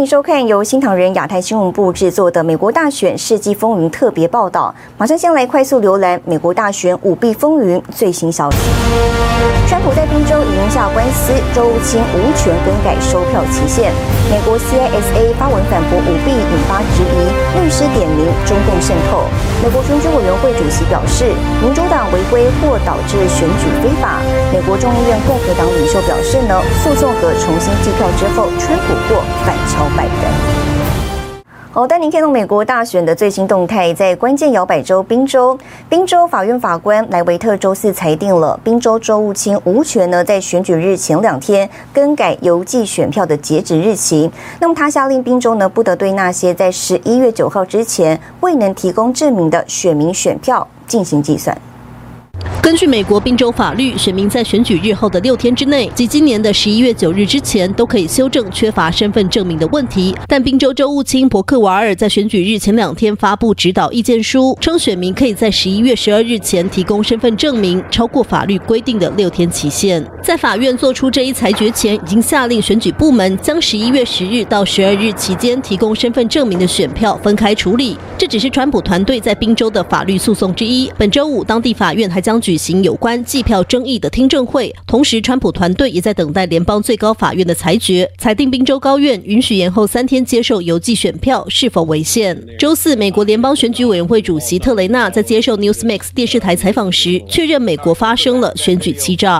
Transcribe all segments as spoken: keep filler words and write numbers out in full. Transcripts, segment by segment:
迎收看由新唐人亚太新闻部制作的《美国大选世纪风云》特别报道。马上先来快速浏览美国大选舞弊风云最新消息。川普在宾州赢下官司，州务卿无权更改收票期限。美国 C I S A 发文反驳舞弊，引发质疑，律师点名中共渗透。美国选举委员会主席表示，民主党违规或导致选举非法。美国众议院共和党领袖表示呢，诉讼和重新计票之后，川普或反超拜登。好，带您看到美国大选的最新动态，在关键摇摆州宾州，宾州法院法官莱维特周四裁定了宾州州务卿无权呢在选举日前两天更改邮寄选票的截止日期。那么他下令宾州呢不得对那些在十一月九号之前未能提供证明的选民选票进行计算。 根据美国宾州法律，选民在选举日后的六天之内，即今年的十一月九日之前，都可以修正缺乏身份证明的问题。但宾州州务卿伯克瓦尔在选举日前两天发布指导意见书，称选民可以在十一月十二日前提供身份证明，超过法律规定的六天期限。在法院做出这一裁决前，已经下令选举部门将十一月十日到十二日期间提供身份证明的选票分开处理。这只是川普团队在宾州的法律诉讼之一。本周五，当地法院还将举行有关计票争议的听证会，同时川普团队也在等待联邦最高法院的裁决，裁定宾州高院允许延后三天接受邮寄选票是否违宪。周四，美国联邦选举委员会主席特雷纳在接受 Newsmax 电视台采访时，确认美国发生了选举欺诈。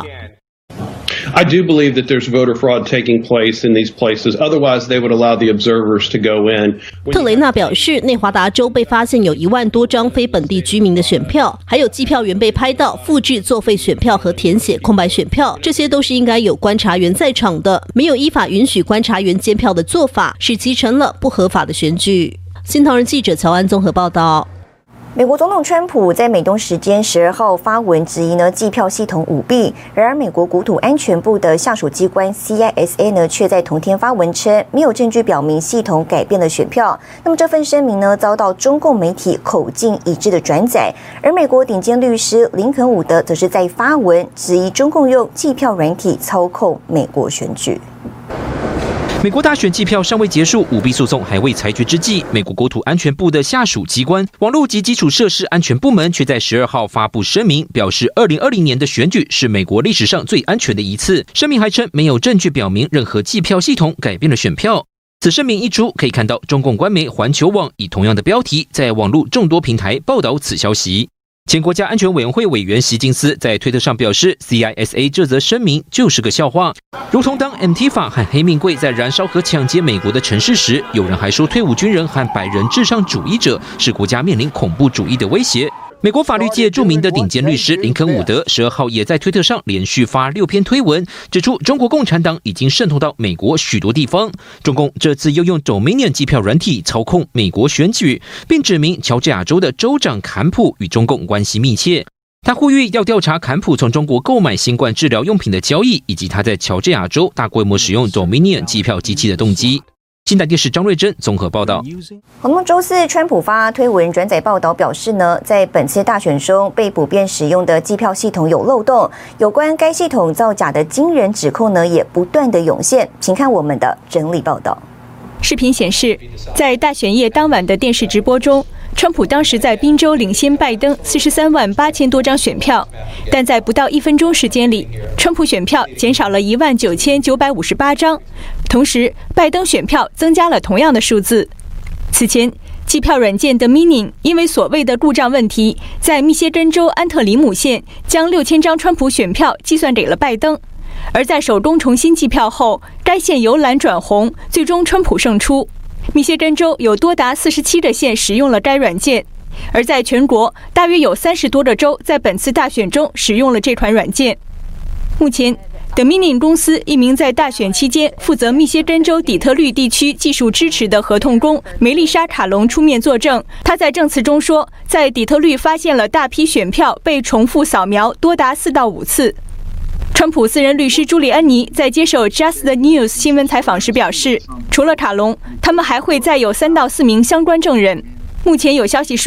I do believe that there's voter fraud taking place in these places. Otherwise, they would allow the observers to go in. 特雷纳表示，内华达州被发现有一万多张非本地居民的选票，还有计票员被拍到复制作废选票和填写空白选票，这些都是应该有观察员在场的。没有依法允许观察员监票的做法，使其成了不合法的选举。新唐人记者乔安综合报道。 美国总统川普在美东时间十二号发文质疑呢计票系统舞弊，然而美国国土安全部的下属机关 C I S A 呢却在同天发文称没有证据表明系统改变了选票。那么这份声明呢遭到中共媒体口径一致的转载，而美国顶尖律师林肯伍德则是在发文质疑中共用计票软体操控美国选举。 美国大选计票尚未结束，舞弊诉讼还未裁决之际，美国国土安全部的下属机关网络及基础设施安全部门却在十二号发布声明，表示二零二零年的选举是美国历史上最安全的一次。声明还称没有证据表明任何计票系统改变了选票。此声明一出，可以看到中共官媒环球网以同样的标题在网络众多平台报道此消息。前国家安全委员会委员席金斯在推特上表示 ，C I S A 这则声明就是个笑话，如同当 Antifa 和黑命贵在燃烧和抢劫美国的城市时，有人还说退伍军人和白人至上主义者是国家面临恐怖主义的威胁。美国法律界著名的顶尖律师林肯伍德十二号也在推特上连续发六篇推文，指出中国共产党已经渗透到美国许多地方，中共这次又用 Dominion 计票软体操控美国选举，并指明乔治亚州的州长坎普与中共关系密切。他呼吁要调查坎普从中国购买新冠治疗用品的交易，以及他在乔治亚州大规模使用 Dominion 计票机器的动机。新台电视张瑞珍综合报道。 好，那么周四，川普发推文转载报道表示呢，在本次大选中被普遍使用的计票系统有漏洞，有关该系统造假的惊人指控呢，也不断的涌现。请看我们的整理报道。 视频显示，在大选夜当晚的电视直播中，川普当时在宾州领先拜登四十三万八千多张选票，但在不到一分钟时间里，川普选票减少了一万九千九百五十八张，同时拜登选票增加了同样的数字。此前，计票软件 Dominion 因为所谓的故障问题，在密歇根州安特里姆县将六千张川普选票计算给了拜登。而在手工重新计票后，该县由蓝转红，最终川普胜出。密歇根州有多达四十七个县使用了该软件，而在全国大约有三十多个州在本次大选中使用了这款软件。目前 Dominion 公司一名在大选期间负责密歇根州底特律地区技术支持的合同工梅丽莎·卡隆出面作证，他在证词中说，在底特律发现了大批选票被重复扫描多达四到五次。川普私人律师朱利安尼在接受 Just the News 新闻采访时表示，除了卡隆，他们还会再有三到四名相关证人。目前有消息说，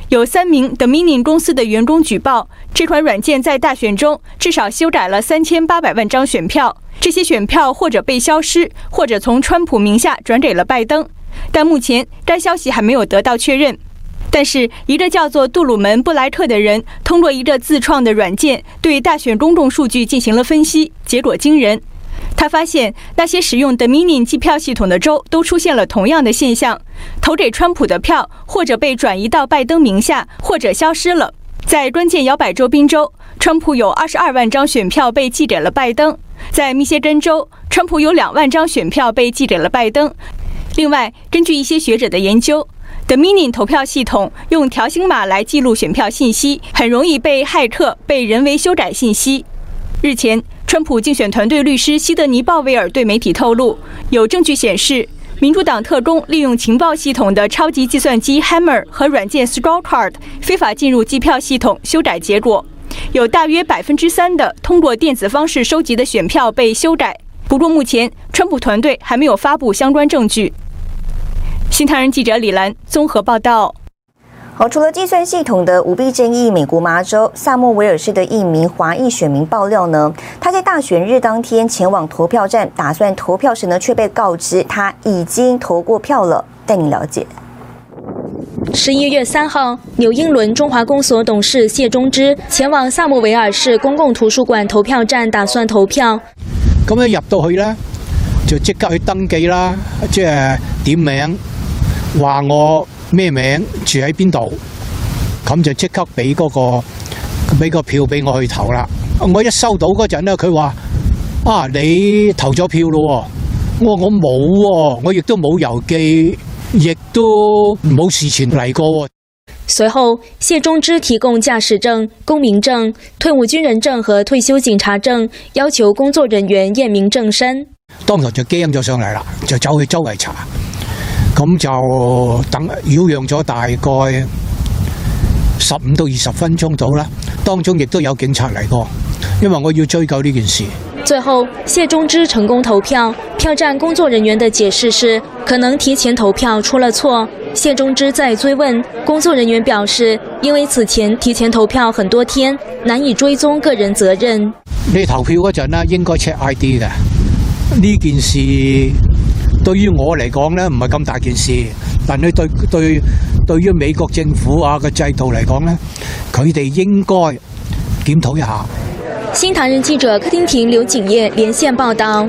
有三名 Dominion 公司的员工举报，这款软件在大选中至少修改了三千八百万张选票，这些选票或者被消失，或者从川普名下转给了拜登。但目前该消息还没有得到确认。但是一个叫做杜鲁门·布莱克的人通过一个自创的软件对大选公众数据进行了分析，结果惊人。他发现那些使用 Dominion 计票系统的州都出现了同样的现象，投给川普的票或者被转移到拜登名下，或者消失了。在关键摇摆州宾州，川普有二十二万张选票被寄给了拜登；在密歇根州，川普有两万张选票被寄给了拜登。另外，根据一些学者的研究， Dominion 投票系统用条形码来记录选票信息，很容易被骇客、被人为修改信息。日前，川普竞选团队律师西德尼·鲍威尔对媒体透露，有证据显示，民主党特工利用情报系统的超级计算机 Hammer 和软件 Scorecard 非法进入计票系统修改结果，有大约百分之三的通过电子方式收集的选票被修改。不过，目前川普团队还没有发布相关证据。新唐人记者李兰综合报道。 好，除了计算系统的舞弊争议，美国麻州萨默维尔市的一名华裔选民爆料呢，他在大选日当天前往投票站，打算投票时呢，却被告知他已经投过票了。带您了解。 十一月三号，纽英伦中华公所董事谢忠之前往萨默维尔市公共圖書館投票站，打算投票。 咁樣入到去咧，就即刻去登記啦，即係點名，話我咩名，住喺邊度，咁就即刻俾嗰個俾個票俾我去投啦。我一收到嗰陣咧，佢話：啊，你投咗票咯喎！我話我冇喎，我亦都冇郵寄，亦都冇事前嚟過喎。 隨後，謝忠之提供駕駛證、公民證、退伍軍人證和退休警察證，要求工作人員驗明正身。 當堂就驚咗上嚟啦，就走去周圍查，咁就等擾攘咗大概十五到二十分鐘到啦。當中亦都有警察嚟過，因為我要追究呢件事。 最後，謝忠之成功投票，票站工作人員的解釋是可能提前投票出了錯。謝忠之在追問，工作人員表示，因為此前提前投票很多天，難以追蹤個人責任。 你投票嗰陣咧，應該 check I D 嘅。呢件事對於我嚟講咧，唔係咁大件事，但係對對對於美國政府啊嘅制度嚟講咧，佢哋應該檢討一下。 新唐人記者柯廷婷、劉景業連線報道。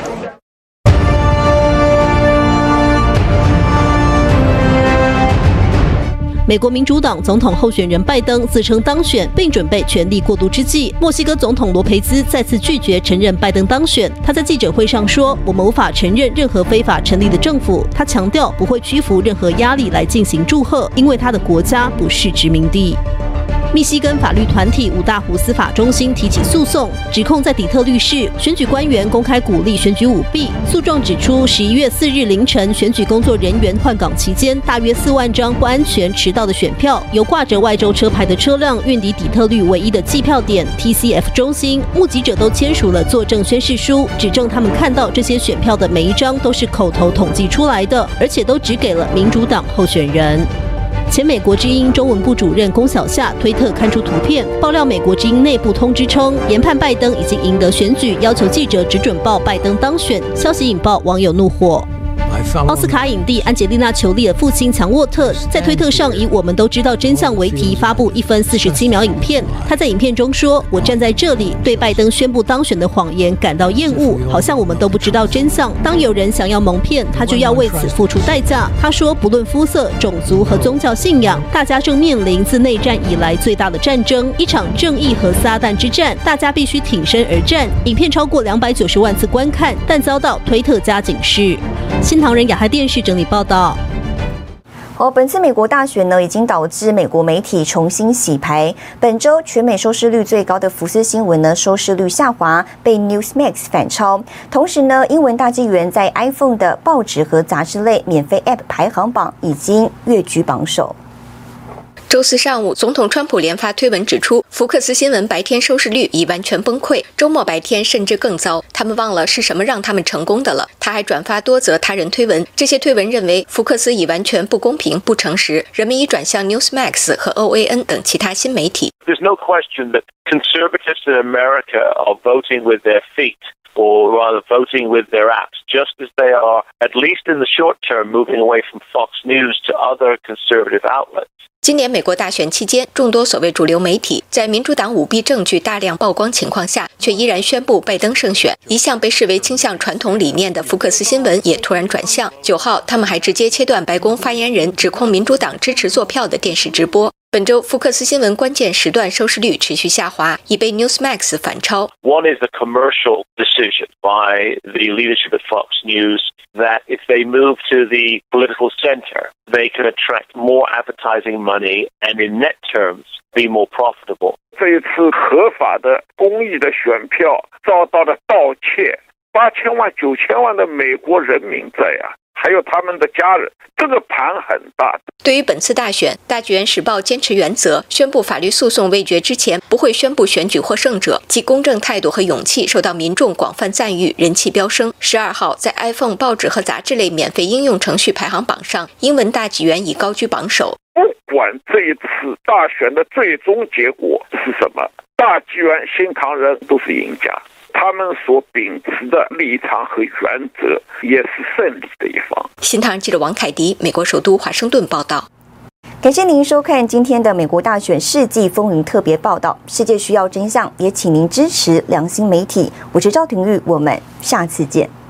美国民主党总统候选人拜登自称当选，并准备全力过渡之际，墨西哥总统罗培兹再次拒绝承认拜登当选。他在记者会上说：“我们无法承认任何非法成立的政府。”他强调不会屈服任何压力来进行祝贺，因为他的国家不是殖民地。密西根法律团体五大湖司法中心提起诉讼，指控在底特律市选举官员公开鼓励选举舞弊。诉状指出，十一月四日凌晨，选举工作人员换岗期间，大约四万张不安全迟到的选票，由挂着外州车牌的车辆运抵底特律唯一的计票点 T C F 中心。目击者都签署了作证宣誓书，指证他们看到这些选票的每一张都是口头统计出来的，而且都只给了民主党候选人。前美国之音中文部主任龚小夏推特刊出图片，爆料美国之音内部通知称，研判拜登已经赢得选举，要求记者只准报拜登当选。消息引爆网友怒火。奥斯卡影帝安吉丽娜·裘丽的父亲强沃特在推特上以“我们都知道真相”为题发布一分四十七秒影片。他在影片中说：“我站在这里，对拜登宣布当选的谎言感到厌恶，好像我们都不知道真相。当有人想要蒙骗，他就要为此付出代价。”他说：“不论肤色、种族和宗教信仰，大家正面临自内战以来最大的战争，一场正义和撒旦之战，大家必须挺身而战。”影片超过两百九十万次观看，但遭到推特加警示。新唐人亚太电视整理报道。 好，本次美国大选呢，已经导致美国媒体重新洗牌。本周全美收视率最高的福斯新闻呢，收视率下滑，被 Newsmax 反超。同时呢，英文大纪元在 iPhone 的报纸和杂志类免费 App 排行榜已经跃居榜首。 周四上午，总统川普连发推文指出，福克斯新闻白天收视率已完全崩溃，周末白天甚至更糟。他们忘了是什么让他们成功的了。他还转发多则他人推文，这些推文认为福克斯已完全不公平、不诚实，人们已转向 Newsmax 和 O A N 等其他新媒体。 There's no question that conservatives in America are voting with their feet. Or rather voting with their apps, just as they are, at least in the short term, moving away from Fox News to other conservative outlets. 今年美国大选期间，众多所谓主流媒体在民主党舞弊证据大量曝光情况下，却依然宣布拜登胜选。一向被视为倾向传统理念的福克斯新闻也突然转向。九号，他们还直接切断白宫发言人指控民主党支持作票的电视直播。本周，福克斯新闻关键时段收视率持续下滑，已被 Newsmax 反超。 One is the commercial decision by the leadership of Fox News that if they move to the political center, they can attract more advertising money and in net terms be more profitable. 这一次合法的公益的选票遭到了盗窃，八千万、九千万的美国人民在啊。还有他们的家人，这个盘很大。 对于本次大选，大纪元时报坚持原则，宣布法律诉讼未决之前不会宣布选举获胜者，其公正态度和勇气受到民众广泛赞誉，人气飙升。十二号，在 iPhone 报纸和杂志类免费应用程序排行榜上，英文大纪元已高居榜首。 不管这一次大选的最终结果是什么，大纪元、新唐人都是赢家。他们所秉持的立场和原则也是胜利的一方。 新唐人记者王凯迪，美国首都华盛顿报道。 感谢您收看今天的美国大选世纪风云特别报道。世界需要真相，也请您支持良心媒体。我是赵廷玉，我们下次见。